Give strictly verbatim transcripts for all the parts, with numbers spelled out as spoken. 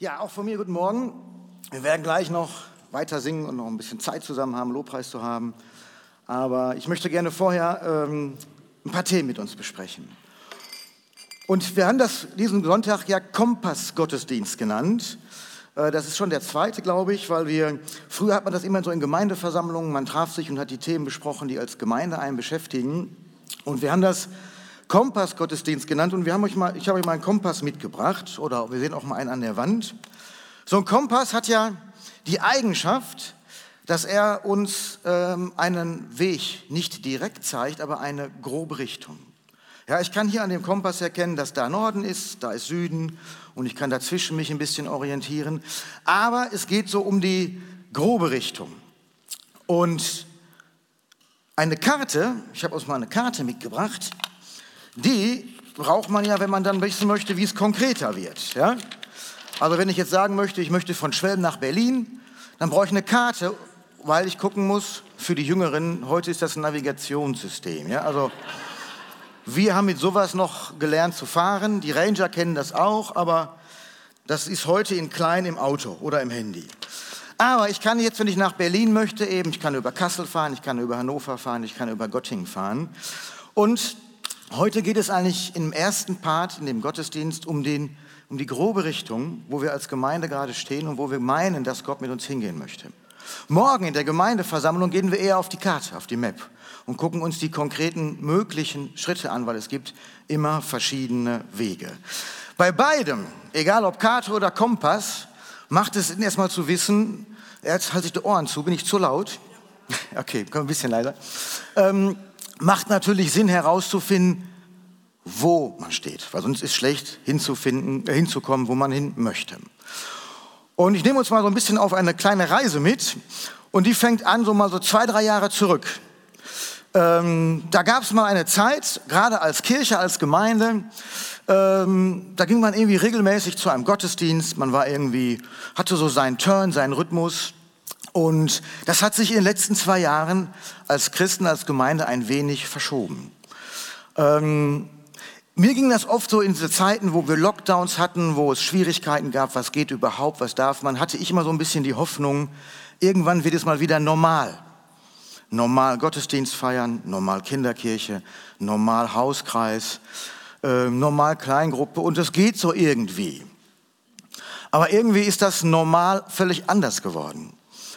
Ja, auch von mir guten Morgen. Wir werden gleich noch weiter singen und noch ein bisschen Zeit zusammen haben, Lobpreis zu haben. Aber ich möchte gerne vorher ähm, ein paar Themen mit uns besprechen. Und wir haben das diesen Sonntag ja Kompass-Gottesdienst genannt. Äh, das ist schon der zweite, glaube ich, weil wir, früher hat man das immer so in Gemeindeversammlungen, man traf sich und hat die Themen besprochen, die als Gemeinde einen beschäftigen. Und wir haben das Kompass-Gottesdienst genannt und wir haben euch mal, ich habe euch mal einen Kompass mitgebracht oder wir sehen auch mal einen an der Wand. So ein Kompass hat ja die Eigenschaft, dass er uns ähm, einen Weg nicht direkt zeigt, aber eine grobe Richtung. Ja, ich kann hier an dem Kompass erkennen, dass da Norden ist, da ist Süden und ich kann dazwischen mich ein bisschen orientieren. Aber es geht so um die grobe Richtung. Und eine Karte, ich habe uns mal eine Karte mitgebracht, die braucht man ja, wenn man dann wissen möchte, wie es konkreter wird. Ja? Also wenn ich jetzt sagen möchte, ich möchte von Schwelm nach Berlin, dann brauche ich eine Karte, weil ich gucken muss, für die Jüngeren, heute ist das ein Navigationssystem. Ja? Also wir haben mit sowas noch gelernt zu fahren, die Ranger kennen das auch, aber das ist heute in klein im Auto oder im Handy. Aber ich kann jetzt, wenn ich nach Berlin möchte, eben, ich kann über Kassel fahren, ich kann über Hannover fahren, ich kann über Göttingen fahren. Und heute geht es eigentlich im ersten Part, in dem Gottesdienst, um, den, um die grobe Richtung, wo wir als Gemeinde gerade stehen und wo wir meinen, dass Gott mit uns hingehen möchte. Morgen in der Gemeindeversammlung gehen wir eher auf die Karte, auf die Map und gucken uns die konkreten möglichen Schritte an, weil es gibt immer verschiedene Wege. Bei beidem, egal ob Karte oder Kompass, macht es Sinn, erstmal zu wissen, jetzt halte ich die Ohren zu, bin ich zu laut? Okay, komm ein bisschen leiser. Ähm, macht natürlich Sinn herauszufinden, wo man steht, weil sonst ist schlecht hinzufinden, äh, hinzukommen, wo man hin möchte. Und ich nehme uns mal so ein bisschen auf eine kleine Reise mit und die fängt an so mal so zwei, drei Jahre zurück. Ähm, da gab es mal eine Zeit, gerade als Kirche, als Gemeinde, ähm, da ging man irgendwie regelmäßig zu einem Gottesdienst, man war irgendwie, hatte so seinen Turn, seinen Rhythmus. Und das hat sich in den letzten zwei Jahren als Christen, als Gemeinde ein wenig verschoben. Ähm, mir ging das oft so in diese Zeiten, wo wir Lockdowns hatten, wo es Schwierigkeiten gab, was geht überhaupt, was darf man, hatte ich immer so ein bisschen die Hoffnung, irgendwann wird es mal wieder normal. Normal Gottesdienst feiern, normal Kinderkirche, normal Hauskreis, äh, normal Kleingruppe und es geht so irgendwie. Aber irgendwie ist das normal völlig anders geworden.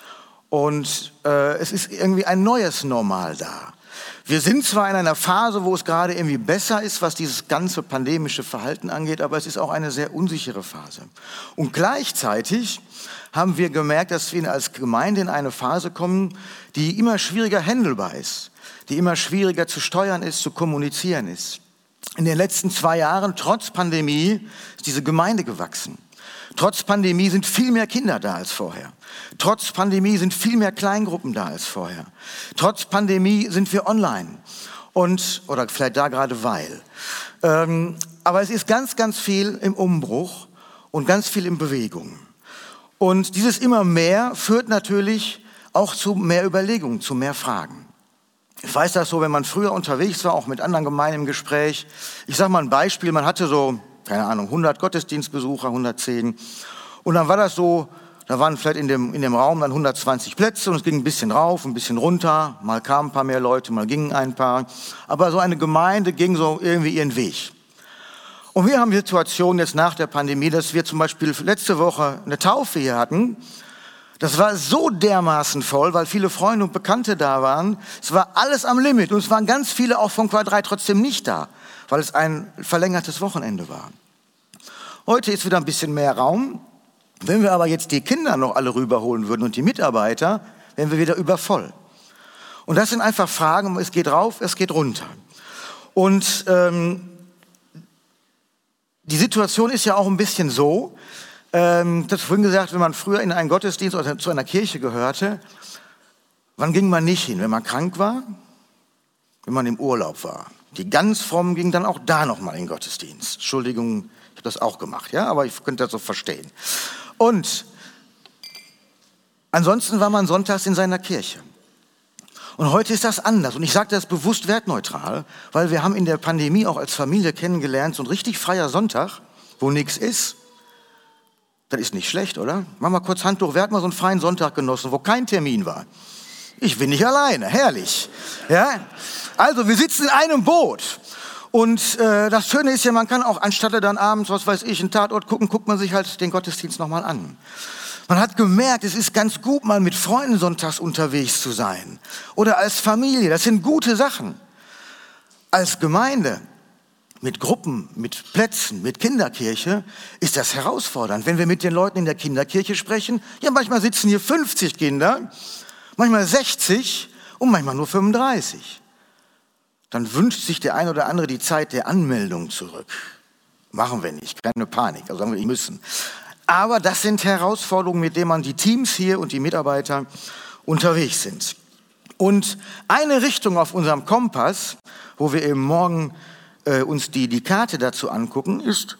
Und äh, es ist irgendwie ein neues Normal da. Wir sind zwar in einer Phase, wo es gerade irgendwie besser ist, was dieses ganze pandemische Verhalten angeht, aber es ist auch eine sehr unsichere Phase. Und gleichzeitig haben wir gemerkt, dass wir als Gemeinde in eine Phase kommen, die immer schwieriger handelbar ist, die immer schwieriger zu steuern ist, zu kommunizieren ist. In den letzten zwei Jahren, trotz Pandemie, ist diese Gemeinde gewachsen. Trotz Pandemie sind viel mehr Kinder da als vorher. Trotz Pandemie sind viel mehr Kleingruppen da als vorher. Trotz Pandemie sind wir online. Und, oder vielleicht da gerade weil. Ähm, aber es ist ganz, ganz viel im Umbruch und ganz viel in Bewegung. Und dieses immer mehr führt natürlich auch zu mehr Überlegungen, zu mehr Fragen. Ich weiß das so, wenn man früher unterwegs war, auch mit anderen Gemeinden im Gespräch. Ich sage mal ein Beispiel, man hatte so, keine Ahnung, hundert Gottesdienstbesucher, hundertzehn. Und dann war das so, da waren vielleicht in dem, in dem Raum dann hundertzwanzig Plätze und es ging ein bisschen rauf, ein bisschen runter. Mal kamen ein paar mehr Leute, mal gingen ein paar. Aber so eine Gemeinde ging so irgendwie ihren Weg. Und wir haben die Situation jetzt nach der Pandemie, dass wir zum Beispiel letzte Woche eine Taufe hier hatten. Das war so dermaßen voll, weil viele Freunde und Bekannte da waren. Es war alles am Limit und es waren ganz viele auch von Quadrat trotzdem nicht da, weil es ein verlängertes Wochenende war. Heute ist wieder ein bisschen mehr Raum. Wenn wir aber jetzt die Kinder noch alle rüberholen würden und die Mitarbeiter, wären wir wieder übervoll. Und das sind einfach Fragen, es geht rauf, es geht runter. Und ähm, die Situation ist ja auch ein bisschen so, ähm, das vorhin gesagt, wenn man früher in einen Gottesdienst oder zu einer Kirche gehörte, wann ging man nicht hin? Wenn man krank war, wenn man im Urlaub war. Die ganz Frommen gingen dann auch da nochmal in den Gottesdienst. Entschuldigung, ich habe das auch gemacht, ja, aber ich könnte das so verstehen. Und ansonsten war man sonntags in seiner Kirche. Und heute ist das anders. Und ich sage das bewusst wertneutral, weil wir haben in der Pandemie auch als Familie kennengelernt, so ein richtig freier Sonntag, wo nichts ist, Das ist nicht schlecht, oder? Mach mal kurz Hand hoch. Wer hat mal so einen freien Sonntag genossen, wo kein Termin war? Ich bin nicht alleine, herrlich. Ja? Also wir sitzen in einem Boot. Und äh, das Schöne ist ja, man kann auch anstatt dann abends, was weiß ich, einen Tatort gucken, guckt man sich halt den Gottesdienst nochmal an. Man hat gemerkt, es ist ganz gut, mal mit Freunden sonntags unterwegs zu sein. Oder als Familie, das sind gute Sachen. Als Gemeinde, mit Gruppen, mit Plätzen, mit Kinderkirche, ist das herausfordernd. Wenn wir mit den Leuten in der Kinderkirche sprechen, ja, manchmal sitzen hier fünfzig Kinder, manchmal sechzig und manchmal nur fünfunddreißig. Dann wünscht sich der ein oder andere die Zeit der Anmeldung zurück. Machen wir nicht, keine Panik, also sagen wir, die müssen. Aber das sind Herausforderungen, mit denen man die Teams hier und die Mitarbeiter unterwegs sind. Und eine Richtung auf unserem Kompass, wo wir eben morgen äh, uns die, die Karte dazu angucken, ist,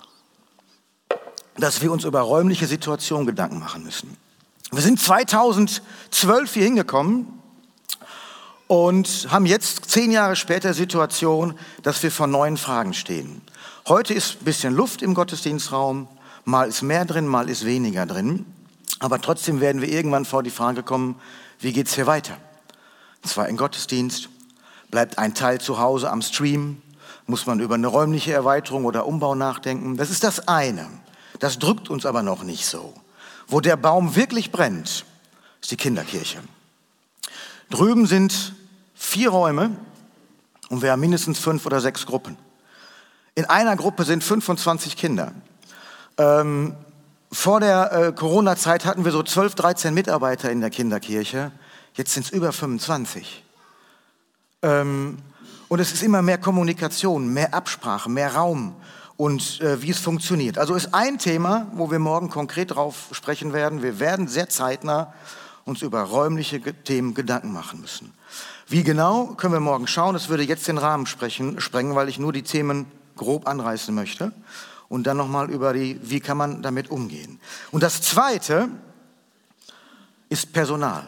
dass wir uns über räumliche Situationen Gedanken machen müssen. Wir sind zweitausendzwölf hier hingekommen und haben jetzt zehn Jahre später Situation, dass wir vor neuen Fragen stehen. Heute ist ein bisschen Luft im Gottesdienstraum, mal ist mehr drin, mal ist weniger drin. Aber trotzdem werden wir irgendwann vor die Frage kommen, wie geht's hier weiter? Zwar im Gottesdienst, bleibt ein Teil zu Hause am Stream, muss man über eine räumliche Erweiterung oder Umbau nachdenken. Das ist das eine. Das drückt uns aber noch nicht so. Wo der Baum wirklich brennt, ist die Kinderkirche. Drüben sind vier Räume und wir haben mindestens fünf oder sechs Gruppen. In einer Gruppe sind fünfundzwanzig Kinder. Ähm, vor der äh, Corona-Zeit hatten wir so zwölf, dreizehn Mitarbeiter in der Kinderkirche. Jetzt sind es über fünfundzwanzig. Ähm, und es ist immer mehr Kommunikation, mehr Absprache, mehr Raum und äh, wie es funktioniert. Also ist ein Thema, wo wir morgen konkret drauf sprechen werden. Wir werden sehr zeitnah uns über räumliche Themen Gedanken machen müssen. Wie genau, können wir morgen schauen. Das würde jetzt den Rahmen sprechen, sprengen, weil ich nur die Themen grob anreißen möchte. Und dann nochmal über die, wie kann man damit umgehen. Und das Zweite ist Personal.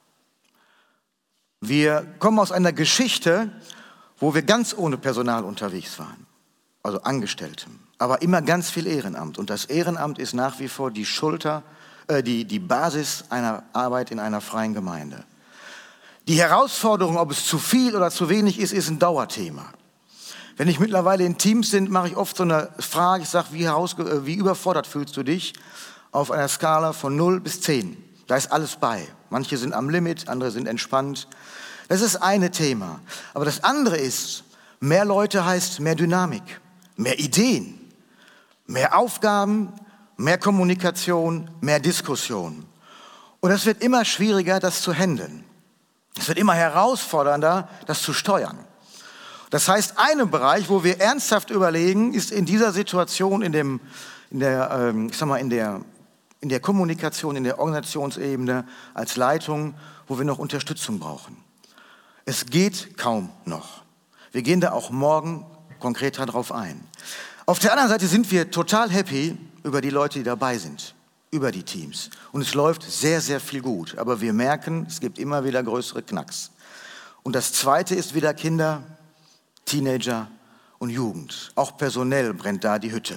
Wir kommen aus einer Geschichte, wo wir ganz ohne Personal unterwegs waren. Also Angestellte, aber immer ganz viel Ehrenamt. Und das Ehrenamt ist nach wie vor die Schulter, äh, die, die Basis einer Arbeit in einer freien Gemeinde. Die Herausforderung, ob es zu viel oder zu wenig ist, ist ein Dauerthema. Wenn ich mittlerweile in Teams bin, mache ich oft so eine Frage, ich sage, wie, herausge- wie überfordert fühlst du dich auf einer Skala von null bis zehn? Da ist alles bei. Manche sind am Limit, andere sind entspannt. Das ist eine Thema. Aber das andere ist, mehr Leute heißt mehr Dynamik, mehr Ideen, mehr Aufgaben, mehr Kommunikation, mehr Diskussion. Und es wird immer schwieriger, das zu handeln. Es wird immer herausfordernder, das zu steuern. Das heißt, ein Bereich, wo wir ernsthaft überlegen, ist in dieser Situation, in, dem, in, der, ich sag mal, in, der, in der Kommunikation, in der Organisationsebene als Leitung, wo wir noch Unterstützung brauchen. Es geht kaum noch. Wir gehen da auch morgen konkreter drauf ein. Auf der anderen Seite sind wir total happy über die Leute, die dabei sind, über die Teams. Und es läuft sehr, sehr viel gut. Aber wir merken, es gibt immer wieder größere Knacks. Und das Zweite ist wieder Kinder, Teenager und Jugend. Auch personell brennt da die Hütte.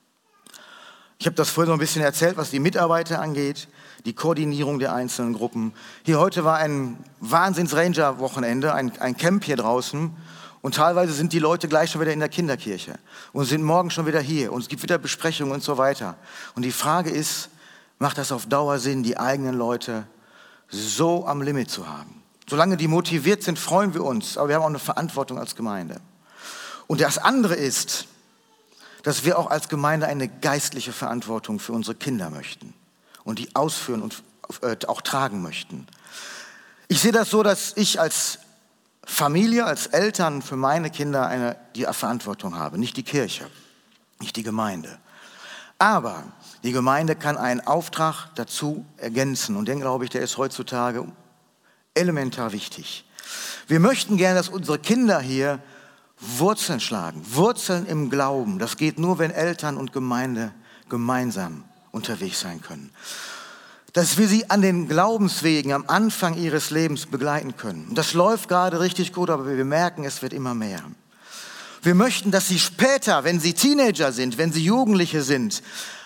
Ich habe das vorhin so ein bisschen erzählt, was die Mitarbeiter angeht, die Koordinierung der einzelnen Gruppen. Hier heute war ein Wahnsinns-Ranger-Wochenende, ein, ein Camp hier draußen. Und teilweise sind die Leute gleich schon wieder in der Kinderkirche und sind morgen schon wieder hier. Und es gibt wieder Besprechungen und so weiter. Und die Frage ist, macht das auf Dauer Sinn, die eigenen Leute so am Limit zu haben? Solange die motiviert sind, freuen wir uns. Aber wir haben auch eine Verantwortung als Gemeinde. Und das andere ist, dass wir auch als Gemeinde eine geistliche Verantwortung für unsere Kinder möchten. Und die ausführen und äh, auch tragen möchten. Ich sehe das so, dass ich als Familie, als Eltern für meine Kinder eine, die Verantwortung habe. Nicht die Kirche, nicht die Gemeinde. Aber die Gemeinde kann einen Auftrag dazu ergänzen. Und den, glaube ich, der ist heutzutage elementar wichtig. Wir möchten gerne, dass unsere Kinder hier Wurzeln schlagen, Wurzeln im Glauben. Das geht nur, wenn Eltern und Gemeinde gemeinsam unterwegs sein können. Dass wir sie an den Glaubenswegen am Anfang ihres Lebens begleiten können. Und das läuft gerade richtig gut, aber wir merken, es wird immer mehr. Wir möchten, dass sie später, wenn sie Teenager sind, wenn sie Jugendliche sind,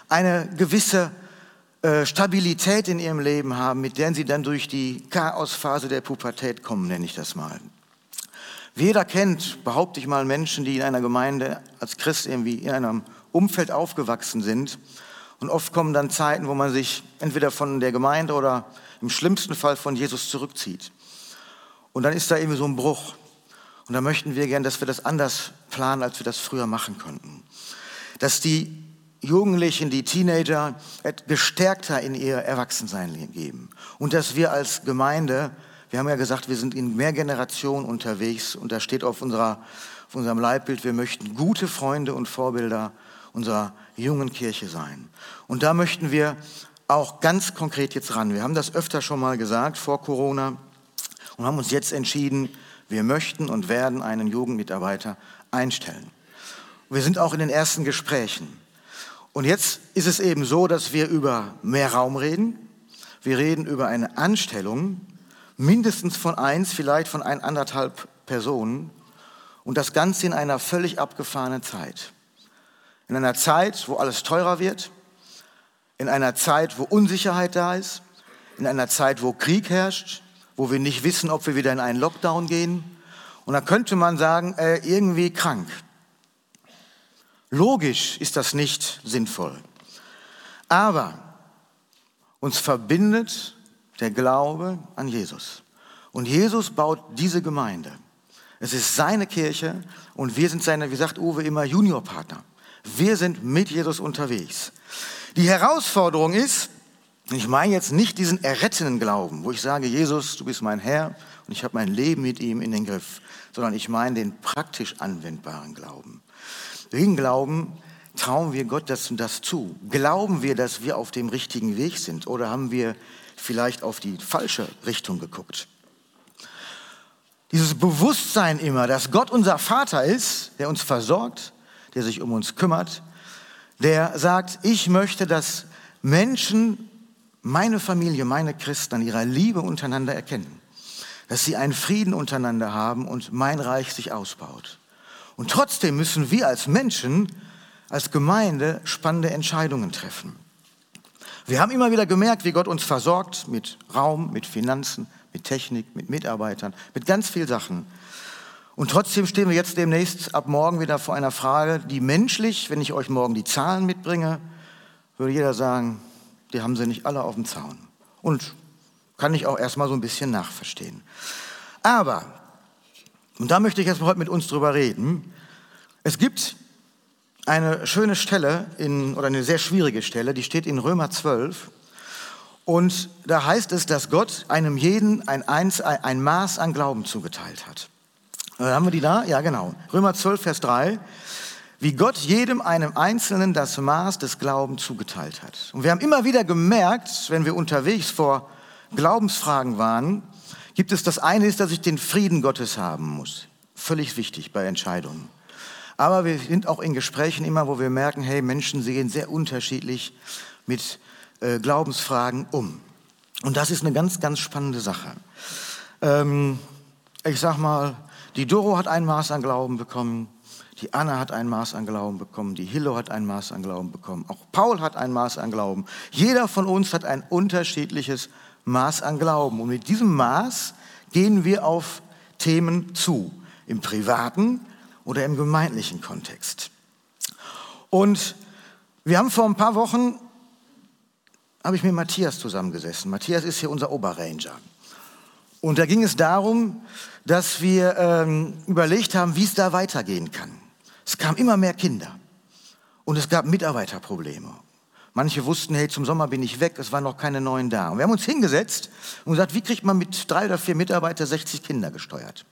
eine gewisse äh, Stabilität in ihrem Leben haben, mit der sie dann durch die Chaosphase der Pubertät kommen, nenne ich das mal. Jeder kennt, behaupte ich mal, Menschen, die in einer Gemeinde als Christ irgendwie in einem Umfeld aufgewachsen sind. Und oft kommen dann Zeiten, wo man sich entweder von der Gemeinde oder im schlimmsten Fall von Jesus zurückzieht. Und dann ist da irgendwie so ein Bruch. Und da möchten wir gern, dass wir das anders planen, als wir das früher machen konnten. Dass die Jugendlichen, die Teenager gestärkter in ihr Erwachsensein geben. Und dass wir als Gemeinde, wir haben ja gesagt, wir sind in mehr Generationen unterwegs und da steht auf, unserer, auf unserem Leitbild, wir möchten gute Freunde und Vorbilder unserer jungen Kirche sein. Und da möchten wir auch ganz konkret jetzt ran. Wir haben das öfter schon mal gesagt vor Corona und haben uns jetzt entschieden, wir möchten und werden einen Jugendmitarbeiter einstellen. Wir sind auch in den ersten Gesprächen. Und jetzt ist es eben so, dass wir über mehr Raum reden. Wir reden über eine Anstellung, mindestens von eins, vielleicht von ein, anderthalb Personen. Und das Ganze in einer völlig abgefahrenen Zeit. In einer Zeit, wo alles teurer wird. In einer Zeit, wo Unsicherheit da ist. In einer Zeit, wo Krieg herrscht. Wo wir nicht wissen, ob wir wieder in einen Lockdown gehen. Und da könnte man sagen, äh, irgendwie krank. Logisch ist das nicht sinnvoll. Aber uns verbindet der Glaube an Jesus. Und Jesus baut diese Gemeinde. Es ist seine Kirche und wir sind seine, wie sagt Uwe immer, Juniorpartner. Wir sind mit Jesus unterwegs. Die Herausforderung ist, ich meine jetzt nicht diesen errettenden Glauben, wo ich sage, Jesus, du bist mein Herr und ich habe mein Leben mit ihm in den Griff, sondern ich meine den praktisch anwendbaren Glauben. Wegen Glauben trauen wir Gott das und das zu. Glauben wir, dass wir auf dem richtigen Weg sind oder haben wir vielleicht auf die falsche Richtung geguckt? Dieses Bewusstsein immer, dass Gott unser Vater ist, der uns versorgt, der sich um uns kümmert, der sagt, ich möchte, dass Menschen, meine Familie, meine Christen an ihrer Liebe untereinander erkennen, dass sie einen Frieden untereinander haben und mein Reich sich ausbaut. Und trotzdem müssen wir als Menschen, als Gemeinde spannende Entscheidungen treffen. Wir haben immer wieder gemerkt, wie Gott uns versorgt mit Raum, mit Finanzen, mit Technik, mit Mitarbeitern, mit ganz vielen Sachen. Und trotzdem stehen wir jetzt demnächst ab morgen wieder vor einer Frage, die menschlich, wenn ich euch morgen die Zahlen mitbringe, würde jeder sagen, die haben sie nicht alle auf dem Zaun. Und kann ich auch erstmal so ein bisschen nachverstehen. Aber, und da möchte ich jetzt heute mit uns drüber reden, es gibt eine schöne Stelle, in, oder eine sehr schwierige Stelle, die steht in Römer zwölf. Und da heißt es, dass Gott einem jeden ein, Eins, ein Maß an Glauben zugeteilt hat. Äh, haben wir die da? Ja, genau. Römer zwölf, Vers drei. Wie Gott jedem einem Einzelnen das Maß des Glaubens zugeteilt hat. Und wir haben immer wieder gemerkt, wenn wir unterwegs vor Glaubensfragen waren, gibt es das eine ist, dass ich den Frieden Gottes haben muss. Völlig wichtig bei Entscheidungen. Aber wir sind auch in Gesprächen immer, wo wir merken, hey, Menschen sehen sehr unterschiedlich mit äh, Glaubensfragen um. Und das ist eine ganz, ganz spannende Sache. Ähm, ich sag mal, die Doro hat ein Maß an Glauben bekommen, die Anna hat ein Maß an Glauben bekommen, die Hillo hat ein Maß an Glauben bekommen, auch Paul hat ein Maß an Glauben. Jeder von uns hat ein unterschiedliches Maß an Glauben. Und mit diesem Maß gehen wir auf Themen zu, im privaten oder im gemeindlichen Kontext. Und wir haben vor ein paar Wochen, habe ich mit Matthias zusammengesessen. Matthias ist hier unser Oberranger. Und da ging es darum, dass wir ähm, überlegt haben, wie es da weitergehen kann. Es kamen immer mehr Kinder und es gab Mitarbeiterprobleme. Manche wussten, hey, zum Sommer bin ich weg, es waren noch keine neuen da. Und wir haben uns hingesetzt und gesagt, wie kriegt man mit drei oder vier Mitarbeitern sechzig Kinder gesteuert?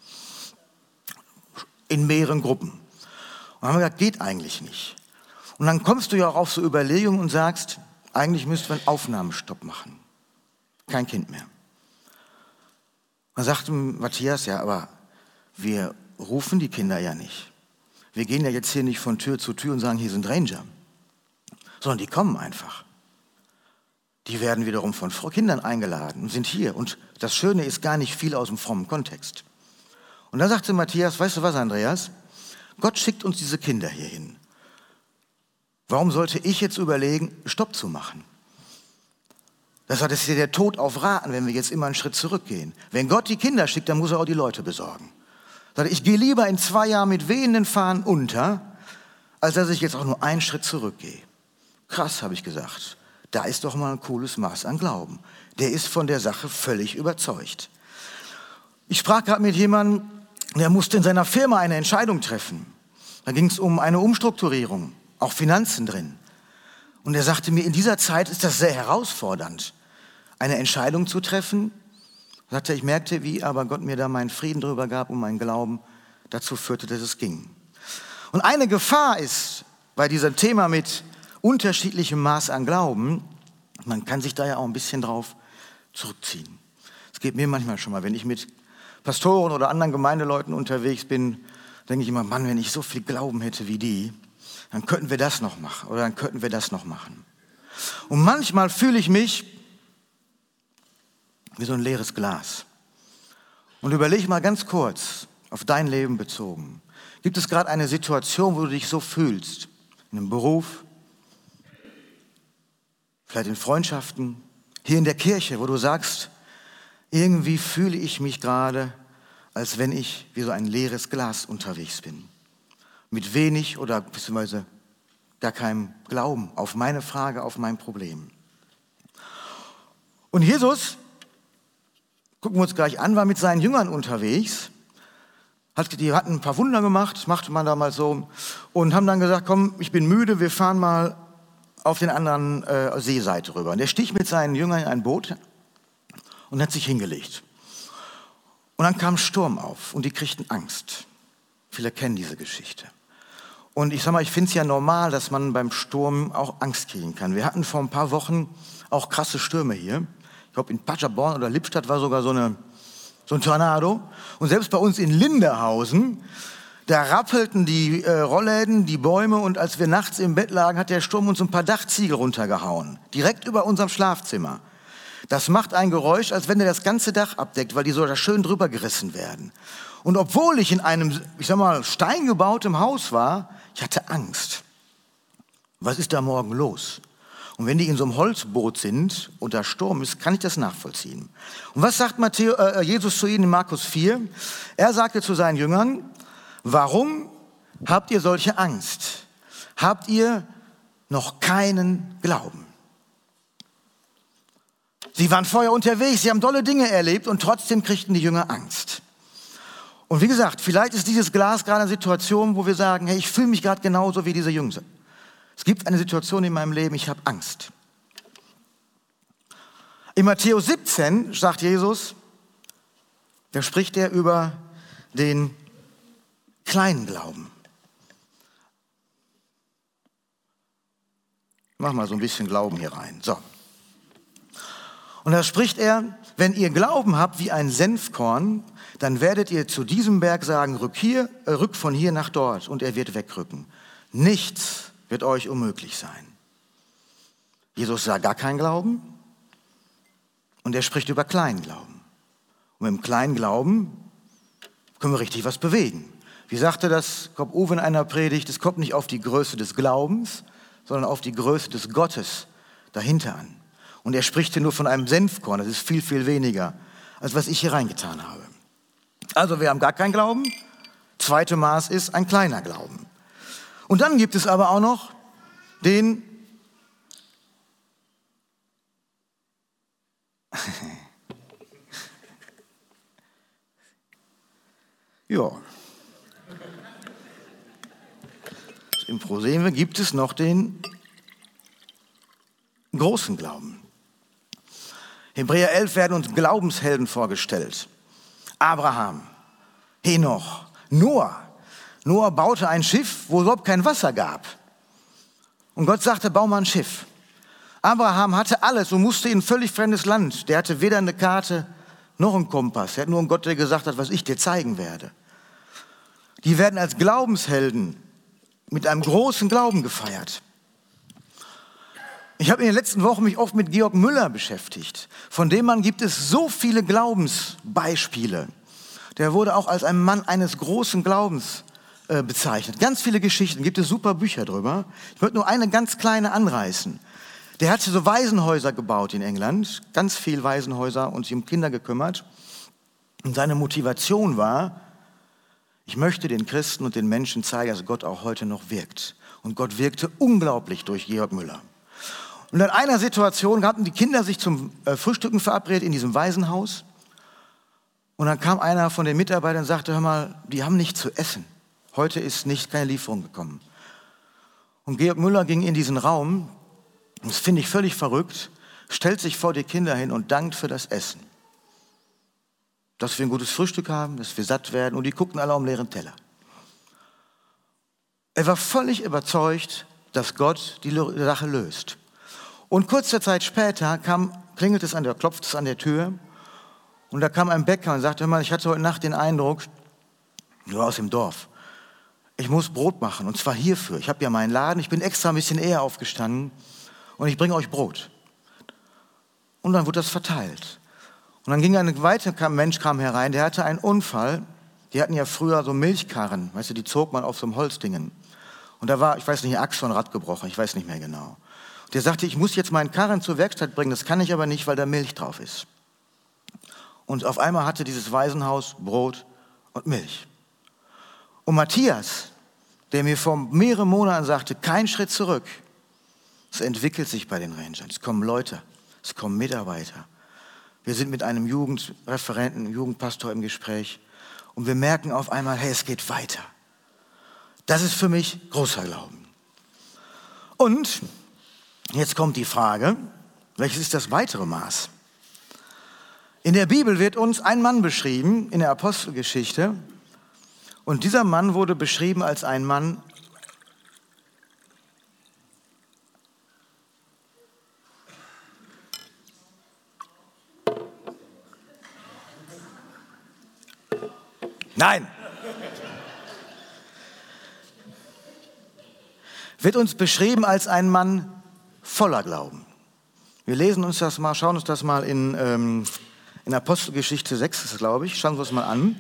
In mehreren Gruppen. Und haben wir gesagt, geht eigentlich nicht. Und dann kommst du ja auch auf so Überlegungen und sagst, eigentlich müssten wir einen Aufnahmestopp machen. Kein Kind mehr. Dann sagte Matthias, ja, aber wir rufen die Kinder ja nicht. Wir gehen ja jetzt hier nicht von Tür zu Tür und sagen, hier sind Ranger. Sondern die kommen einfach. Die werden wiederum von Kindern eingeladen und sind hier. Und das Schöne ist gar nicht viel aus dem frommen Kontext. Und da sagte Matthias, weißt du was, Andreas? Gott schickt uns diese Kinder hier hin. Warum sollte ich jetzt überlegen, Stopp zu machen? Das ist ja der Tod auf Raten, wenn wir jetzt immer einen Schritt zurückgehen. Wenn Gott die Kinder schickt, dann muss er auch die Leute besorgen. Ich gehe lieber in zwei Jahren mit wehenden Fahnen unter, als dass ich jetzt auch nur einen Schritt zurückgehe. Krass, habe ich gesagt. Da ist doch mal ein cooles Maß an Glauben. Der ist von der Sache völlig überzeugt. Ich sprach gerade mit jemandem, der musste in seiner Firma eine Entscheidung treffen. Da ging es um eine Umstrukturierung, auch Finanzen drin. Und er sagte mir, in dieser Zeit ist das sehr herausfordernd, eine Entscheidung zu treffen. Er sagte, ich merkte, wie aber Gott mir da meinen Frieden drüber gab und meinen Glauben dazu führte, dass es ging. Und eine Gefahr ist bei diesem Thema mit unterschiedlichem Maß an Glauben, man kann sich da ja auch ein bisschen drauf zurückziehen. Es geht mir manchmal schon mal, wenn ich mit Pastoren oder anderen Gemeindeleuten unterwegs bin, denke ich immer, Mann, wenn ich so viel Glauben hätte wie die, dann könnten wir das noch machen oder dann könnten wir das noch machen. Und manchmal fühle ich mich wie so ein leeres Glas. Und überlege mal ganz kurz, auf dein Leben bezogen. Gibt es gerade eine Situation, wo du dich so fühlst? In einem Beruf, vielleicht in Freundschaften, hier in der Kirche, wo du sagst, irgendwie fühle ich mich gerade, als wenn ich wie so ein leeres Glas unterwegs bin. Mit wenig oder beziehungsweise gar keinem Glauben auf meine Frage, auf mein Problem. Und Jesus, gucken wir uns gleich an, war mit seinen Jüngern unterwegs. Hat, die hatten ein paar Wunder gemacht, das machte man damals so. Und haben dann gesagt, komm, ich bin müde, wir fahren mal auf den anderen äh, Seeseite rüber. Und er stieg mit seinen Jüngern in ein Boot und hat sich hingelegt. Und dann kam Sturm auf und die kriegten Angst. Viele kennen diese Geschichte. Und ich sag mal, ich finde es ja normal, dass man beim Sturm auch Angst kriegen kann. Wir hatten vor ein paar Wochen auch krasse Stürme hier. Ich glaube, in Paderborn oder Lippstadt war sogar so, eine, so ein Tornado. Und selbst bei uns in Linderhausen, da rappelten die äh, Rollläden, die Bäume. Und als wir nachts im Bett lagen, hat der Sturm uns ein paar Dachziegel runtergehauen. Direkt über unserem Schlafzimmer. Das macht ein Geräusch, als wenn er das ganze Dach abdeckt, weil die so da schön drüber gerissen werden. Und obwohl ich in einem, ich sag mal, steingebautem Haus war, ich hatte Angst. Was ist da morgen los? Und wenn die in so einem Holzboot sind und da Sturm ist, kann ich das nachvollziehen. Und was sagt Matthäus, äh, Jesus zu ihnen in Markus vier? Er sagte zu seinen Jüngern, warum habt ihr solche Angst? Habt ihr noch keinen Glauben? Sie waren vorher unterwegs, sie haben tolle Dinge erlebt und trotzdem kriegten die Jünger Angst. Und wie gesagt, vielleicht ist dieses Glas gerade eine Situation, wo wir sagen, hey, ich fühle mich gerade genauso wie diese Jünger. Es gibt eine Situation in meinem Leben, ich habe Angst. In Matthäus siebzehn sagt Jesus, da spricht er über den kleinen Glauben. Mach mal so ein bisschen Glauben hier rein. So. Und da spricht er, wenn ihr Glauben habt wie ein Senfkorn, dann werdet ihr zu diesem Berg sagen, rück, hier, äh, rück von hier nach dort und er wird wegrücken. Nichts wird euch unmöglich sein. Jesus sah gar keinen Glauben und er spricht über Kleinglauben. Und mit dem kleinen Glauben können wir richtig was bewegen. Wie sagte das Kopp Uwe in einer Predigt, es kommt nicht auf die Größe des Glaubens, sondern auf die Größe des Gottes dahinter an. Und er spricht hier nur von einem Senfkorn, das ist viel, viel weniger, als was ich hier reingetan habe. Also wir haben gar keinen Glauben. Zweite Maß ist ein kleiner Glauben. Und dann gibt es aber auch noch den ja. Im Proseme gibt es noch den großen Glauben. Hebräer elf werden uns Glaubenshelden vorgestellt. Abraham, Henoch, Noah. Noah baute ein Schiff, wo es überhaupt kein Wasser gab. Und Gott sagte, bau mal ein Schiff. Abraham hatte alles und musste in ein völlig fremdes Land. Der hatte weder eine Karte noch einen Kompass. Er hat nur einen Gott, der gesagt hat, was ich dir zeigen werde. Die werden als Glaubenshelden mit einem großen Glauben gefeiert. Ich habe in den letzten Wochen mich oft mit Georg Müller beschäftigt. Von dem Mann gibt es so viele Glaubensbeispiele. Der wurde auch als ein Mann eines großen Glaubens äh, bezeichnet. Ganz viele Geschichten, gibt es super Bücher drüber. Ich möchte nur eine ganz kleine anreißen. Der hat so Waisenhäuser gebaut in England, ganz viel Waisenhäuser und sich um Kinder gekümmert. Und seine Motivation war, ich möchte den Christen und den Menschen zeigen, dass Gott auch heute noch wirkt. Und Gott wirkte unglaublich durch Georg Müller. Und in einer Situation hatten die Kinder sich zum äh, Frühstücken verabredet in diesem Waisenhaus. Und dann kam einer von den Mitarbeitern und sagte, hör mal, die haben nichts zu essen. Heute ist nicht keine Lieferung gekommen. Und Georg Müller ging in diesen Raum, das finde ich völlig verrückt, stellt sich vor die Kinder hin und dankt für das Essen. Dass wir ein gutes Frühstück haben, dass wir satt werden. Und die guckten alle um leeren Teller. Er war völlig überzeugt, dass Gott die Sache löst. Und kurze Zeit später kam, klingelt es an der, klopft es an der Tür. Und da kam ein Bäcker und sagte, hör mal, ich hatte heute Nacht den Eindruck, du aus dem Dorf, ich muss Brot machen und zwar hierfür. Ich habe ja meinen Laden, ich bin extra ein bisschen eher aufgestanden und ich bringe euch Brot. Und dann wurde das verteilt. Und dann ging ein weiterer Mensch kam herein, der hatte einen Unfall. Die hatten ja früher so Milchkarren, weißt du, die zog man auf so einem Holzdingen. Und da war, ich weiß nicht, eine Achse von Rad gebrochen, ich weiß nicht mehr genau. Und der sagte, ich muss jetzt meinen Karren zur Werkstatt bringen, das kann ich aber nicht, weil da Milch drauf ist. Und auf einmal hatte dieses Waisenhaus Brot und Milch. Und Matthias, der mir vor mehreren Monaten sagte, kein Schritt zurück, es entwickelt sich bei den Rangern. Es kommen Leute, es kommen Mitarbeiter. Wir sind mit einem Jugendreferenten, Jugendpastor im Gespräch und wir merken auf einmal, hey, es geht weiter. Das ist für mich großer Glauben. Und jetzt kommt die Frage, welches ist das weitere Maß? In der Bibel wird uns ein Mann beschrieben, in der Apostelgeschichte. Und dieser Mann wurde beschrieben als ein Mann, nein, wird uns beschrieben als ein Mann voller Glauben. Wir lesen uns das mal, schauen uns das mal in, ähm, in Apostelgeschichte sechs, ist es, glaube ich, schauen wir uns mal an.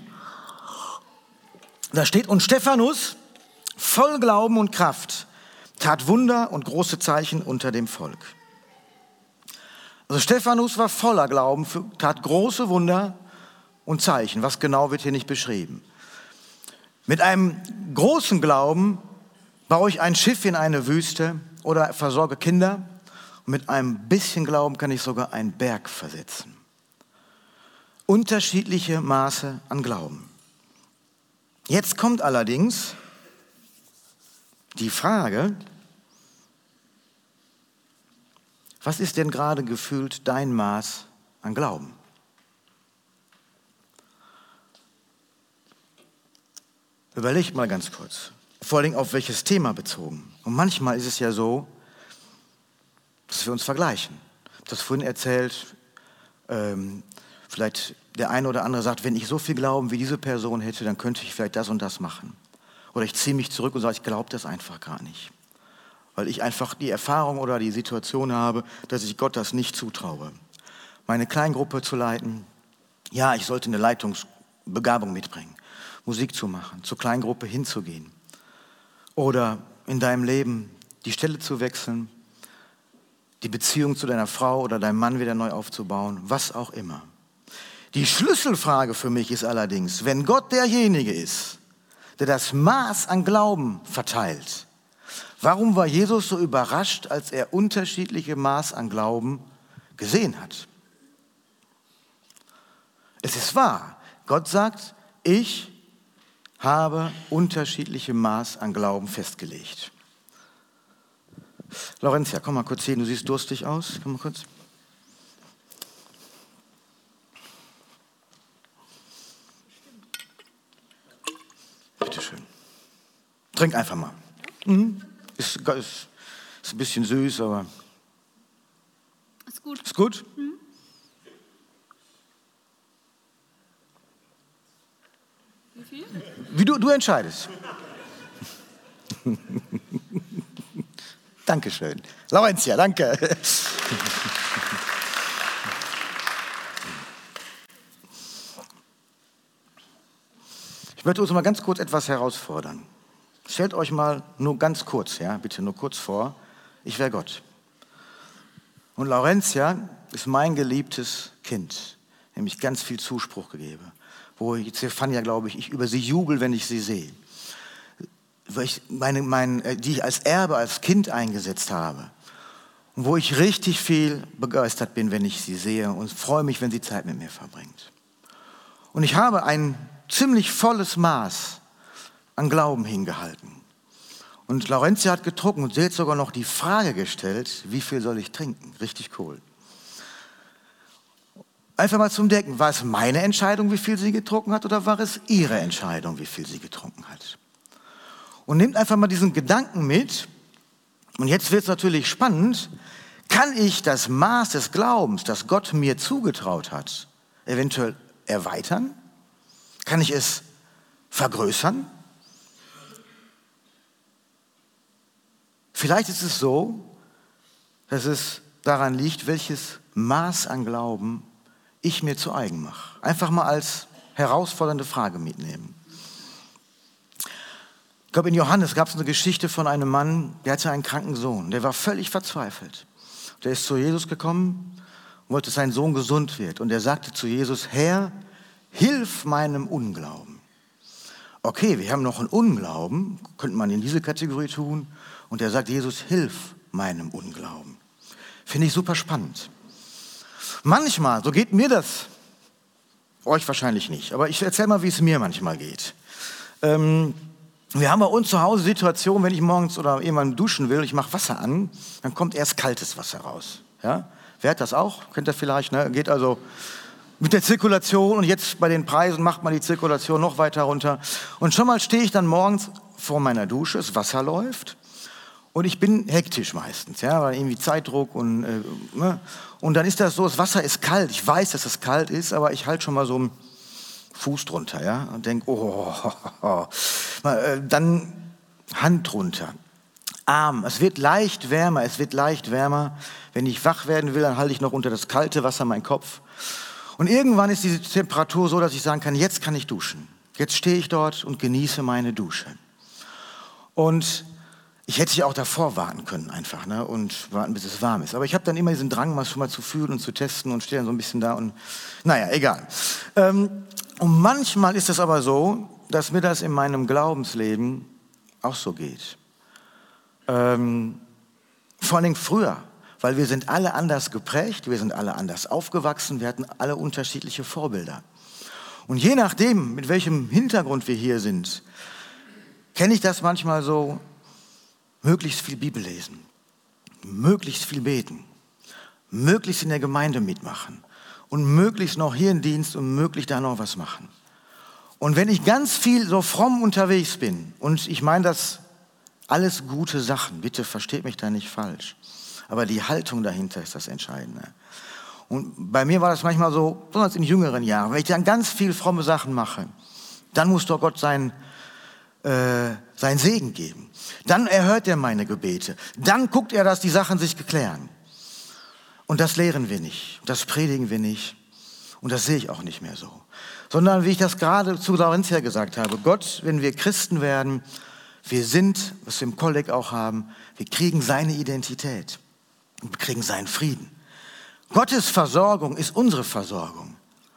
Da steht, und Stephanus, voll Glauben und Kraft, tat Wunder und große Zeichen unter dem Volk. Also Stephanus war voller Glauben, tat große Wunder und Zeichen. Was genau wird hier nicht beschrieben. Mit einem großen Glauben baue ich ein Schiff in eine Wüste oder versorge Kinder. Und mit einem bisschen Glauben kann ich sogar einen Berg versetzen. Unterschiedliche Maße an Glauben. Jetzt kommt allerdings die Frage, was ist denn gerade gefühlt dein Maß an Glauben? Überlegt mal ganz kurz, vor allem auf welches Thema bezogen. Und manchmal ist es ja so, dass wir uns vergleichen. Ich habe das vorhin erzählt, ähm, vielleicht der eine oder andere sagt, wenn ich so viel Glauben wie diese Person hätte, dann könnte ich vielleicht das und das machen. Oder ich ziehe mich zurück und sage, ich glaube das einfach gar nicht. Weil ich einfach die Erfahrung oder die Situation habe, dass ich Gott das nicht zutraue. Meine Kleingruppe zu leiten, ja, ich sollte eine Leitungsbegabung mitbringen. Musik zu machen, zur Kleingruppe hinzugehen. Oder in deinem Leben die Stelle zu wechseln, die Beziehung zu deiner Frau oder deinem Mann wieder neu aufzubauen, was auch immer. Die Schlüsselfrage für mich ist allerdings, wenn Gott derjenige ist, der das Maß an Glauben verteilt, warum war Jesus so überrascht, als er unterschiedliche Maß an Glauben gesehen hat? Es ist wahr, Gott sagt, ich habe unterschiedliche Maß an Glauben festgelegt. Laurentia, komm mal kurz hin, du siehst durstig aus. Komm mal kurz. Bitte schön. Trink einfach mal. Mhm. Ist, ist, ist ein bisschen süß, aber... Ist gut. Ist gut? Mhm. Wie viel? Wie du, du entscheidest. Dankeschön. Laurentia, danke. Ich möchte uns mal ganz kurz etwas herausfordern. stellt euch mal nur ganz kurz, ja, bitte nur kurz vor, ich wäre Gott. Und Laurentia ist mein geliebtes Kind, dem ich ganz viel Zuspruch gebe. Wo ich, Stefania, glaube ich, ich über sie jubel, wenn ich sie sehe. Weil ich meine, meine, die ich als Erbe, als Kind eingesetzt habe. Und wo ich richtig viel begeistert bin, wenn ich sie sehe und freue mich, wenn sie Zeit mit mir verbringt. Und ich habe ein ziemlich volles Maß an Glauben hingehalten. Und Laurentia hat getrunken und sie hat sogar noch die Frage gestellt, wie viel soll ich trinken? Richtig cool. Einfach mal zum Denken, war es meine Entscheidung, wie viel sie getrunken hat, oder war es ihre Entscheidung, wie viel sie getrunken hat? Und nehmt einfach mal diesen Gedanken mit. Und jetzt wird es natürlich spannend. Kann ich das Maß des Glaubens, das Gott mir zugetraut hat, eventuell erweitern? Kann ich es vergrößern? Vielleicht ist es so, dass es daran liegt, welches Maß an Glauben ich mir zu eigen mache. Einfach mal als herausfordernde Frage mitnehmen. Ich glaube, in Johannes gab es eine Geschichte von einem Mann, der hatte einen kranken Sohn. Der war völlig verzweifelt. Der ist zu Jesus gekommen und wollte, dass sein Sohn gesund wird. Und er sagte zu Jesus, Herr, hilf meinem Unglauben. Okay, wir haben noch einen Unglauben, könnte man in diese Kategorie tun. Und er sagt, Jesus, hilf meinem Unglauben. Finde ich super spannend. Manchmal, so geht mir das, euch wahrscheinlich nicht, aber ich erzähle mal, wie es mir manchmal geht. Ähm, wir haben bei uns zu Hause Situationen, wenn ich morgens oder jemand duschen will, ich mache Wasser an, dann kommt erst kaltes Wasser raus. Ja? Wer hat das auch? Kennt ihr vielleicht? Ne? Geht also mit der Zirkulation und jetzt bei den Preisen macht man die Zirkulation noch weiter runter. Und schon mal stehe ich dann morgens vor meiner Dusche, das Wasser läuft. Und ich bin hektisch meistens, ja, weil irgendwie Zeitdruck und, äh, ne? Und dann ist das so, das Wasser ist kalt. Ich weiß, dass es kalt ist, aber ich halte schon mal so einen Fuß drunter, ja, und denke, oh, oh, oh, oh. Äh, dann Hand drunter, Arm. Es wird leicht wärmer, es wird leicht wärmer. Wenn ich wach werden will, dann halte ich noch unter das kalte Wasser meinen Kopf. Und irgendwann ist diese Temperatur so, dass ich sagen kann, jetzt kann ich duschen. Jetzt stehe ich dort und genieße meine Dusche. Und ich hätte ja auch davor warten können einfach, ne, und warten, bis es warm ist. Aber ich habe dann immer diesen Drang, mal schon mal zu fühlen und zu testen und stehe dann so ein bisschen da und, naja, egal. Ähm, und manchmal ist es aber so, dass mir das in meinem Glaubensleben auch so geht. Ähm, vor allem früher, weil wir sind alle anders geprägt, wir sind alle anders aufgewachsen, wir hatten alle unterschiedliche Vorbilder. Und je nachdem, mit welchem Hintergrund wir hier sind, kenne ich das manchmal so, möglichst viel Bibel lesen, möglichst viel beten, möglichst in der Gemeinde mitmachen und möglichst noch hier einen Dienst und möglichst da noch was machen. Und wenn ich ganz viel so fromm unterwegs bin, und ich meine das alles gute Sachen, bitte versteht mich da nicht falsch, aber die Haltung dahinter ist das Entscheidende. Und bei mir war das manchmal so, besonders in jüngeren Jahren, wenn ich dann ganz viel fromme Sachen mache, dann muss doch Gott sein Äh, seinen Segen geben. Dann erhört er meine Gebete. Dann guckt er, dass die Sachen sich klären. Und das lehren wir nicht. Das predigen wir nicht. Und das sehe ich auch nicht mehr so. Sondern wie ich das gerade zu Laurentia gesagt habe, Gott, wenn wir Christen werden, wir sind, was wir im Kolleg auch haben, wir kriegen seine Identität. Und wir kriegen seinen Frieden. Gottes Versorgung ist unsere Versorgung.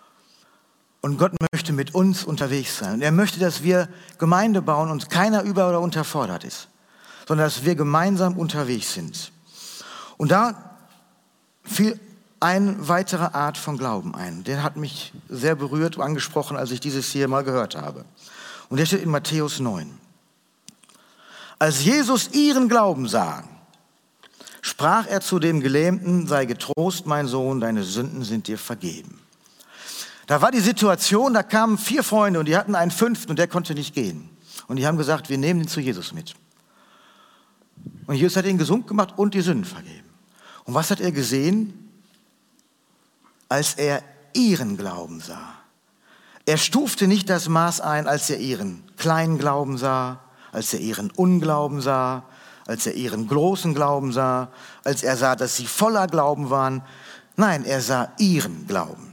Und Gott möchte mit uns unterwegs sein. Und er möchte, dass wir Gemeinde bauen und keiner über- oder unterfordert ist, sondern dass wir gemeinsam unterwegs sind. Und da fiel eine weitere Art von Glauben ein. Der hat mich sehr berührt, angesprochen, als ich dieses hier mal gehört habe. Und der steht in Matthäus neun. Als Jesus ihren Glauben sah, sprach er zu dem Gelähmten, sei getrost, mein Sohn, deine Sünden sind dir vergeben. Da war die Situation, da kamen vier Freunde und die hatten einen fünften und der konnte nicht gehen. Und die haben gesagt, wir nehmen ihn zu Jesus mit. Und Jesus hat ihn gesund gemacht und die Sünden vergeben. Und was hat er gesehen, als er ihren Glauben sah? Er stufte nicht das Maß ein, als er ihren kleinen Glauben sah, als er ihren Unglauben sah, als er ihren großen Glauben sah, als er sah, dass sie voller Glauben waren. Nein, er sah ihren Glauben.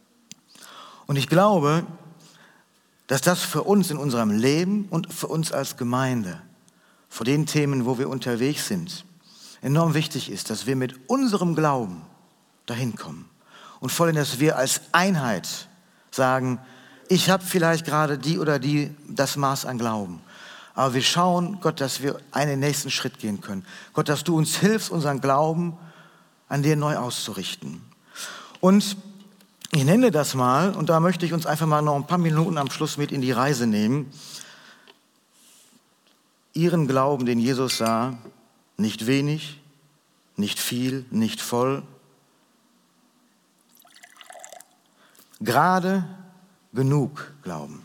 Und ich glaube, dass das für uns in unserem Leben und für uns als Gemeinde vor den Themen, wo wir unterwegs sind, enorm wichtig ist, dass wir mit unserem Glauben dahin kommen. Und vor allem, dass wir als Einheit sagen, ich habe vielleicht gerade die oder die das Maß an Glauben. Aber wir schauen, Gott, dass wir einen nächsten Schritt gehen können. Gott, dass du uns hilfst, unseren Glauben an dir neu auszurichten. Und ich nenne das mal, und da möchte ich uns einfach mal noch ein paar Minuten am Schluss mit in die Reise nehmen. Ihren Glauben, den Jesus sah, nicht wenig, nicht viel, nicht voll, gerade genug Glauben.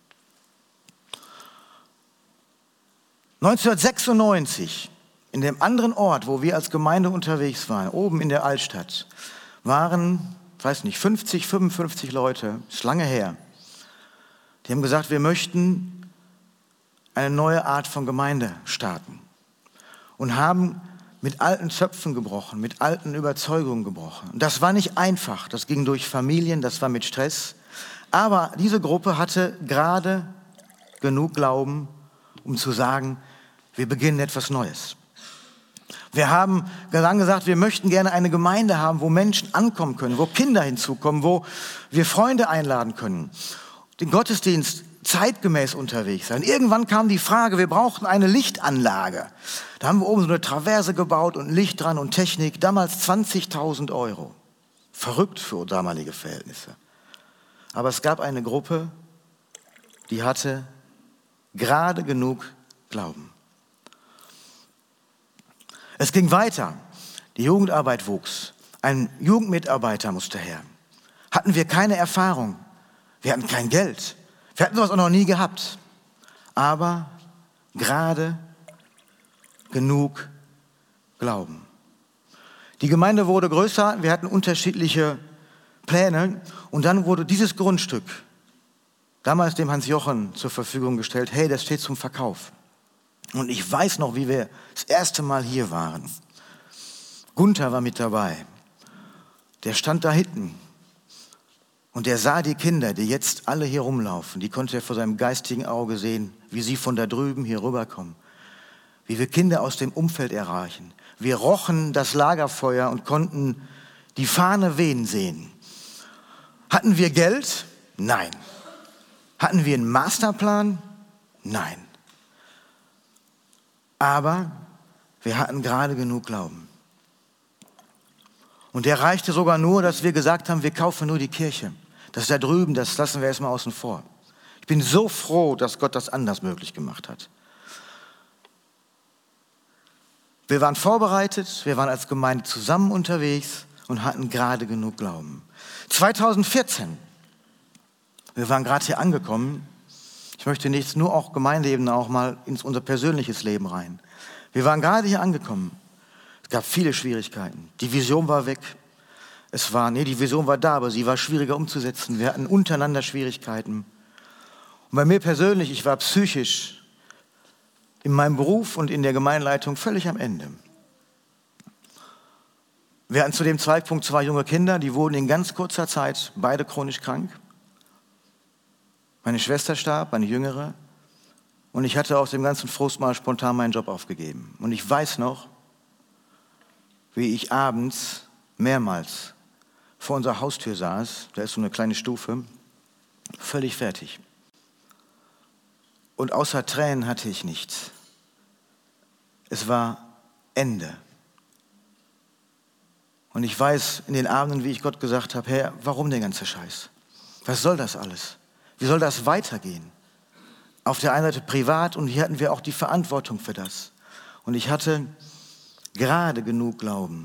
neunzehnhundertsechsundneunzig, in dem anderen Ort, wo wir als Gemeinde unterwegs waren, oben in der Altstadt, waren, ich weiß nicht, fünfzig, fünfundfünfzig Leute, ist lange her. Die haben gesagt, wir möchten eine neue Art von Gemeinde starten und haben mit alten Zöpfen gebrochen, mit alten Überzeugungen gebrochen. Und das war nicht einfach, das ging durch Familien, das war mit Stress. Aber diese Gruppe hatte gerade genug Glauben, um zu sagen, wir beginnen etwas Neues. Wir haben dann gesagt, wir möchten gerne eine Gemeinde haben, wo Menschen ankommen können, wo Kinder hinzukommen, wo wir Freunde einladen können. Den Gottesdienst zeitgemäß unterwegs sein. Irgendwann kam die Frage, wir brauchten eine Lichtanlage. Da haben wir oben so eine Traverse gebaut und Licht dran und Technik. Damals zwanzigtausend Euro. Verrückt für damalige Verhältnisse. Aber es gab eine Gruppe, die hatte gerade genug Glauben. Es ging weiter. Die Jugendarbeit wuchs. Ein Jugendmitarbeiter musste her. Hatten wir keine Erfahrung. Wir hatten kein Geld. Wir hatten sowas auch noch nie gehabt. Aber gerade genug Glauben. Die Gemeinde wurde größer. Wir hatten unterschiedliche Pläne. Und dann wurde dieses Grundstück damals dem Hans-Jochen zur Verfügung gestellt. Hey, das steht zum Verkauf. Und ich weiß noch, wie wir das erste Mal hier waren. Gunther war mit dabei. Der stand da hinten. Und der sah die Kinder, die jetzt alle hier rumlaufen. Die konnte er vor seinem geistigen Auge sehen, wie sie von da drüben hier rüberkommen. Wie wir Kinder aus dem Umfeld erreichen. Wir rochen das Lagerfeuer und konnten die Fahne wehen sehen. Hatten wir Geld? Nein. Hatten wir einen Masterplan? Nein. Aber wir hatten gerade genug Glauben. Und der reichte sogar nur, dass wir gesagt haben, wir kaufen nur die Kirche. Das da drüben, das lassen wir erstmal außen vor. Ich bin so froh, dass Gott das anders möglich gemacht hat. Wir waren vorbereitet, wir waren als Gemeinde zusammen unterwegs und hatten gerade genug Glauben. zweitausendvierzehn, wir waren gerade hier angekommen. Ich möchte nicht nur auch Gemeindeebene auch mal in unser persönliches Leben rein. Wir waren gerade hier angekommen. Es gab viele Schwierigkeiten. Die Vision war weg. Es war, nee, die Vision war da, aber sie war schwieriger umzusetzen. Wir hatten untereinander Schwierigkeiten. Und bei mir persönlich, ich war psychisch in meinem Beruf und in der Gemeindeleitung völlig am Ende. Wir hatten zu dem Zeitpunkt zwei junge Kinder, die wurden in ganz kurzer Zeit beide chronisch krank. Meine Schwester starb, meine Jüngere. Und ich hatte aus dem ganzen Frust mal spontan meinen Job aufgegeben. Und ich weiß noch, wie ich abends mehrmals vor unserer Haustür saß. Da ist so eine kleine Stufe. Völlig fertig. Und außer Tränen hatte ich nichts. Es war Ende. Und ich weiß in den Abenden, wie ich Gott gesagt habe, Herr, warum der ganze Scheiß? Was soll das alles? Wie soll das weitergehen? Auf der einen Seite privat und hier hatten wir auch die Verantwortung für das. Und ich hatte gerade genug Glauben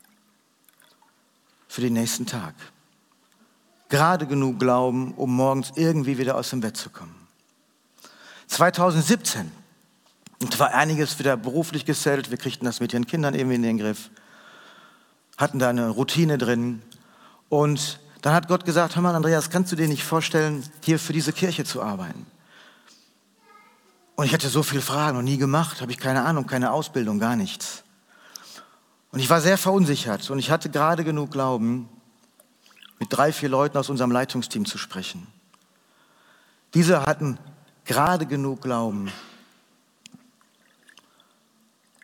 für den nächsten Tag. Gerade genug Glauben, um morgens irgendwie wieder aus dem Bett zu kommen. zweitausendsiebzehn, und war einiges wieder beruflich gesettelt, wir kriegten das mit ihren Kindern irgendwie in den Griff, hatten da eine Routine drin und dann hat Gott gesagt, hör mal Andreas, kannst du dir nicht vorstellen, hier für diese Kirche zu arbeiten? Und ich hatte so viele Fragen, noch nie gemacht, habe ich keine Ahnung, keine Ausbildung, gar nichts. Und ich war sehr verunsichert und ich hatte gerade genug Glauben, mit drei, vier Leuten aus unserem Leitungsteam zu sprechen. Diese hatten gerade genug Glauben,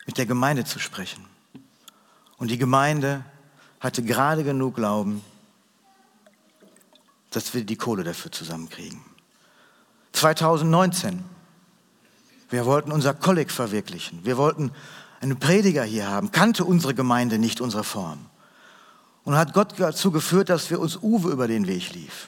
mit der Gemeinde zu sprechen. Und die Gemeinde hatte gerade genug Glauben, dass wir die Kohle dafür zusammenkriegen. zweitausendneunzehn, wir wollten unser Kolleg verwirklichen. Wir wollten einen Prediger hier haben, kannte unsere Gemeinde nicht unsere Form. Und hat Gott dazu geführt, dass wir uns Uwe über den Weg lief.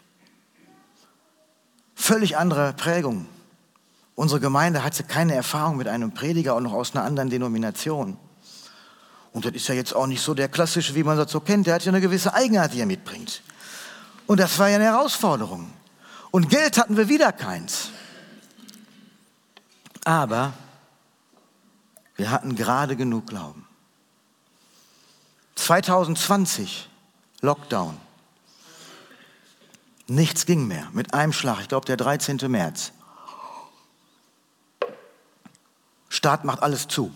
Völlig andere Prägung. Unsere Gemeinde hatte keine Erfahrung mit einem Prediger und noch aus einer anderen Denomination. Und das ist ja jetzt auch nicht so der klassische, wie man das so kennt. Der hat ja eine gewisse Eigenart, die er mitbringt. Und das war ja eine Herausforderung. Und Geld hatten wir wieder keins. Aber wir hatten gerade genug Glauben. zweitausendzwanzig, Lockdown. Nichts ging mehr. Mit einem Schlag, ich glaube der dreizehnten März. Staat macht alles zu.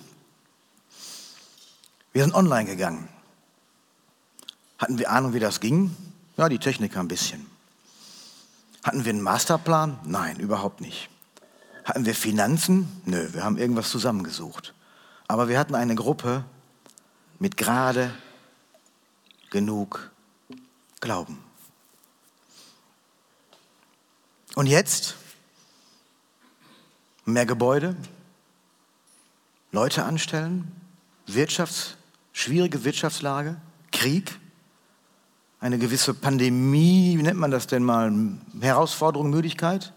Wir sind online gegangen. Hatten wir Ahnung, wie das ging? Ja, die Techniker ein bisschen. Hatten wir einen Masterplan? Nein, überhaupt nicht. Hatten wir Finanzen? Nö, wir haben irgendwas zusammengesucht. Aber wir hatten eine Gruppe mit gerade genug Glauben. Und jetzt? Mehr Gebäude, Leute anstellen, Wirtschafts, schwierige Wirtschaftslage, Krieg, eine gewisse Pandemie, wie nennt man das denn mal, Herausforderung, Müdigkeit.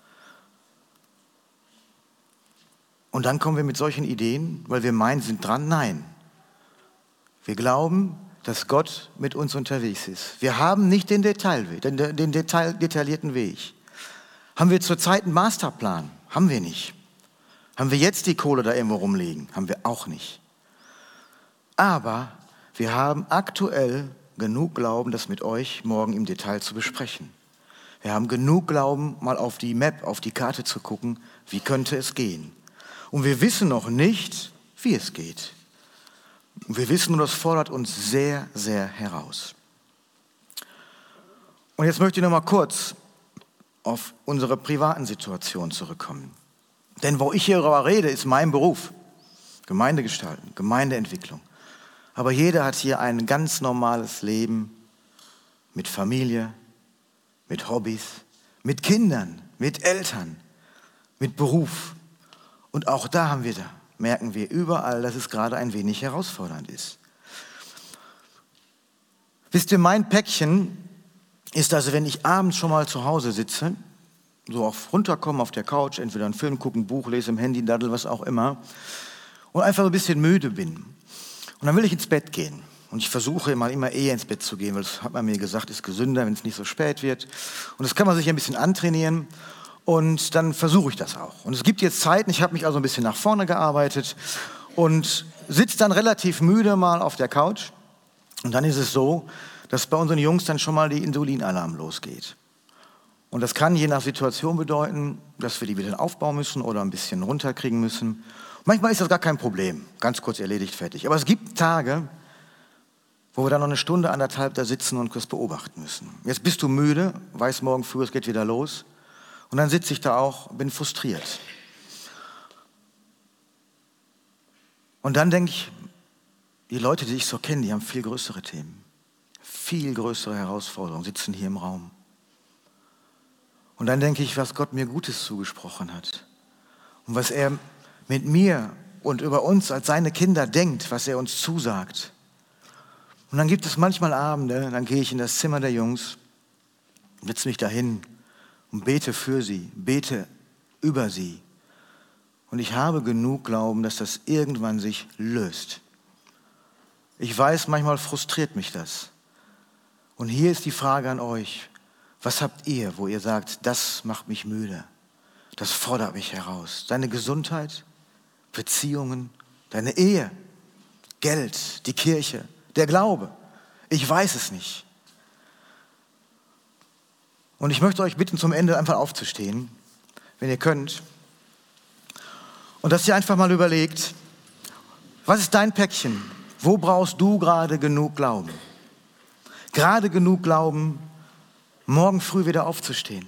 Und dann kommen wir mit solchen Ideen, weil wir meinen, sind dran. Nein, wir glauben, dass Gott mit uns unterwegs ist. Wir haben nicht den Detailweg, den, den Detail, detaillierten Weg. Haben wir zurzeit einen Masterplan? Haben wir nicht. Haben wir jetzt die Kohle da irgendwo rumliegen? Haben wir auch nicht. Aber wir haben aktuell genug Glauben, das mit euch morgen im Detail zu besprechen. Wir haben genug Glauben, mal auf die Map, auf die Karte zu gucken, wie könnte es gehen. Und wir wissen noch nicht, wie es geht. Und wir wissen nur, das fordert uns sehr, sehr heraus. Und jetzt möchte ich noch mal kurz auf unsere privaten Situationen zurückkommen. Denn wo ich hierüber rede, ist mein Beruf. Gemeinde gestalten, Gemeindeentwicklung. Aber jeder hat hier ein ganz normales Leben mit Familie, mit Hobbys, mit Kindern, mit Eltern, mit Beruf. Und auch da haben wir da, merken wir überall, dass es gerade ein wenig herausfordernd ist. Wisst ihr, mein Päckchen ist also, wenn ich abends schon mal zu Hause sitze, so auf runterkommen auf der Couch, entweder einen Film gucken, ein Buch lesen, im Handy, Daddel, was auch immer, und einfach so ein bisschen müde bin. Und dann will ich ins Bett gehen. Und ich versuche mal immer eher ins Bett zu gehen, weil das hat man mir gesagt, ist gesünder, wenn es nicht so spät wird. Und das kann man sich ein bisschen antrainieren. Und dann versuche ich das auch. Und es gibt jetzt Zeiten, ich habe mich also ein bisschen nach vorne gearbeitet und sitze dann relativ müde mal auf der Couch. Und dann ist es so, dass bei unseren Jungs dann schon mal die Insulinalarm losgeht. Und das kann je nach Situation bedeuten, dass wir die wieder aufbauen müssen oder ein bisschen runterkriegen müssen. Manchmal ist das gar kein Problem, ganz kurz erledigt, fertig. Aber es gibt Tage, wo wir dann noch eine Stunde, anderthalb da sitzen und das beobachten müssen. Jetzt bist du müde, weißt morgen früh, es geht wieder los. Und dann sitze ich da auch, bin frustriert. Und dann denke ich, die Leute, die ich so kenne, die haben viel größere Themen, viel größere Herausforderungen, sitzen hier im Raum. Und dann denke ich, was Gott mir Gutes zugesprochen hat und was er mit mir und über uns als seine Kinder denkt, was er uns zusagt. Und dann gibt es manchmal Abende, dann gehe ich in das Zimmer der Jungs, setze mich dahin und bete für sie, bete über sie. Und ich habe genug Glauben, dass das irgendwann sich löst. Ich weiß, manchmal frustriert mich das. Und hier ist die Frage an euch. Was habt ihr, wo ihr sagt, das macht mich müde, das fordert mich heraus? Deine Gesundheit, Beziehungen, deine Ehe, Geld, die Kirche, der Glaube. Ich weiß es nicht. Und ich möchte euch bitten, zum Ende einfach aufzustehen, wenn ihr könnt. Und dass ihr einfach mal überlegt, was ist dein Päckchen? Wo brauchst du gerade genug Glauben? Gerade genug Glauben, morgen früh wieder aufzustehen.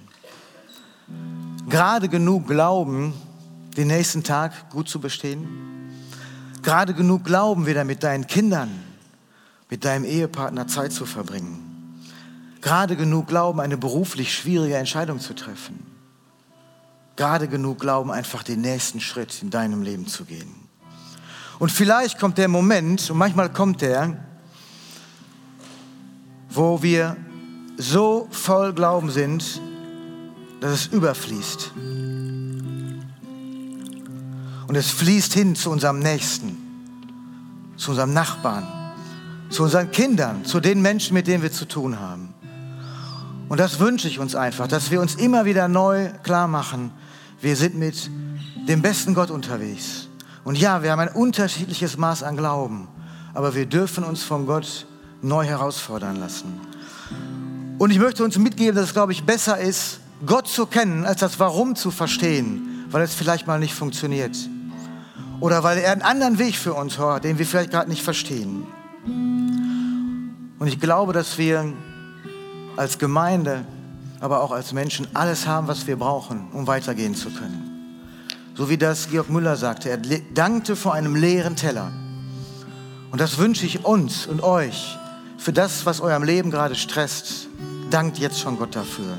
Gerade genug Glauben, den nächsten Tag gut zu bestehen. Gerade genug Glauben, wieder mit deinen Kindern, mit deinem Ehepartner Zeit zu verbringen. Gerade genug Glauben, eine beruflich schwierige Entscheidung zu treffen. Gerade genug Glauben, einfach den nächsten Schritt in deinem Leben zu gehen. Und vielleicht kommt der Moment, und manchmal kommt der, wo wir so voll Glauben sind, dass es überfließt. Und es fließt hin zu unserem Nächsten, zu unserem Nachbarn, zu unseren Kindern, zu den Menschen, mit denen wir zu tun haben. Und das wünsche ich uns einfach, dass wir uns immer wieder neu klar machen, wir sind mit dem besten Gott unterwegs. Und ja, wir haben ein unterschiedliches Maß an Glauben, aber wir dürfen uns von Gott neu herausfordern lassen. Und ich möchte uns mitgeben, dass es, glaube ich, besser ist, Gott zu kennen, als das Warum zu verstehen, weil es vielleicht mal nicht funktioniert. Oder weil er einen anderen Weg für uns hat, den wir vielleicht gerade nicht verstehen. Und ich glaube, dass wir als Gemeinde, aber auch als Menschen alles haben, was wir brauchen, um weitergehen zu können. So wie das Georg Müller sagte, er dankte vor einem leeren Teller. Und das wünsche ich uns und euch für das, was eurem Leben gerade stresst. Dankt jetzt schon Gott dafür.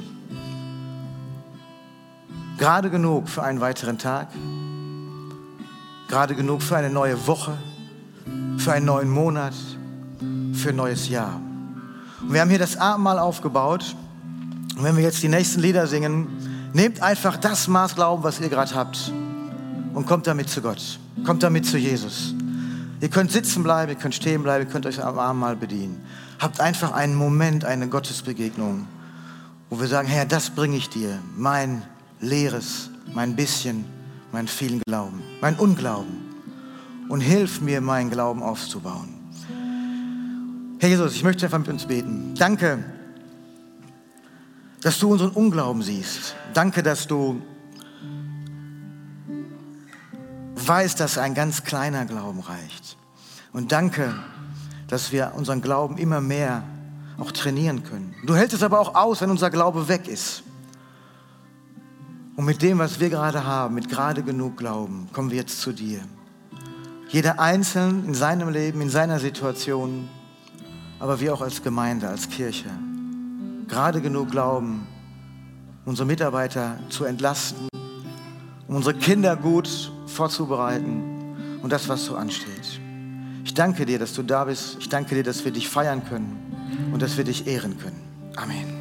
Gerade genug für einen weiteren Tag, gerade genug für eine neue Woche, für einen neuen Monat, für ein neues Jahr. Und wir haben hier das Abendmahl aufgebaut. Und wenn wir jetzt die nächsten Lieder singen, nehmt einfach das Maß Glauben, was ihr gerade habt, und kommt damit zu Gott. Kommt damit zu Jesus. Ihr könnt sitzen bleiben, ihr könnt stehen bleiben, ihr könnt euch am Abendmahl bedienen. Habt einfach einen Moment, eine Gottesbegegnung, wo wir sagen, Herr, das bringe ich dir, mein leeres, mein bisschen, mein vielen Glauben, mein Unglauben. Und hilf mir, meinen Glauben aufzubauen. Herr Jesus, ich möchte einfach mit uns beten. Danke, dass du unseren Unglauben siehst. Danke, dass du weißt, dass ein ganz kleiner Glauben reicht. Und danke, dass wir unseren Glauben immer mehr auch trainieren können. Du hältst es aber auch aus, wenn unser Glaube weg ist. Und mit dem, was wir gerade haben, mit gerade genug Glauben, kommen wir jetzt zu dir. Jeder Einzelne in seinem Leben, in seiner Situation, aber wir auch als Gemeinde, als Kirche. Gerade genug Glauben, unsere Mitarbeiter zu entlasten, um unsere Kinder gut vorzubereiten und das, was so ansteht. Ich danke dir, dass du da bist. Ich danke dir, dass wir dich feiern können und dass wir dich ehren können. Amen.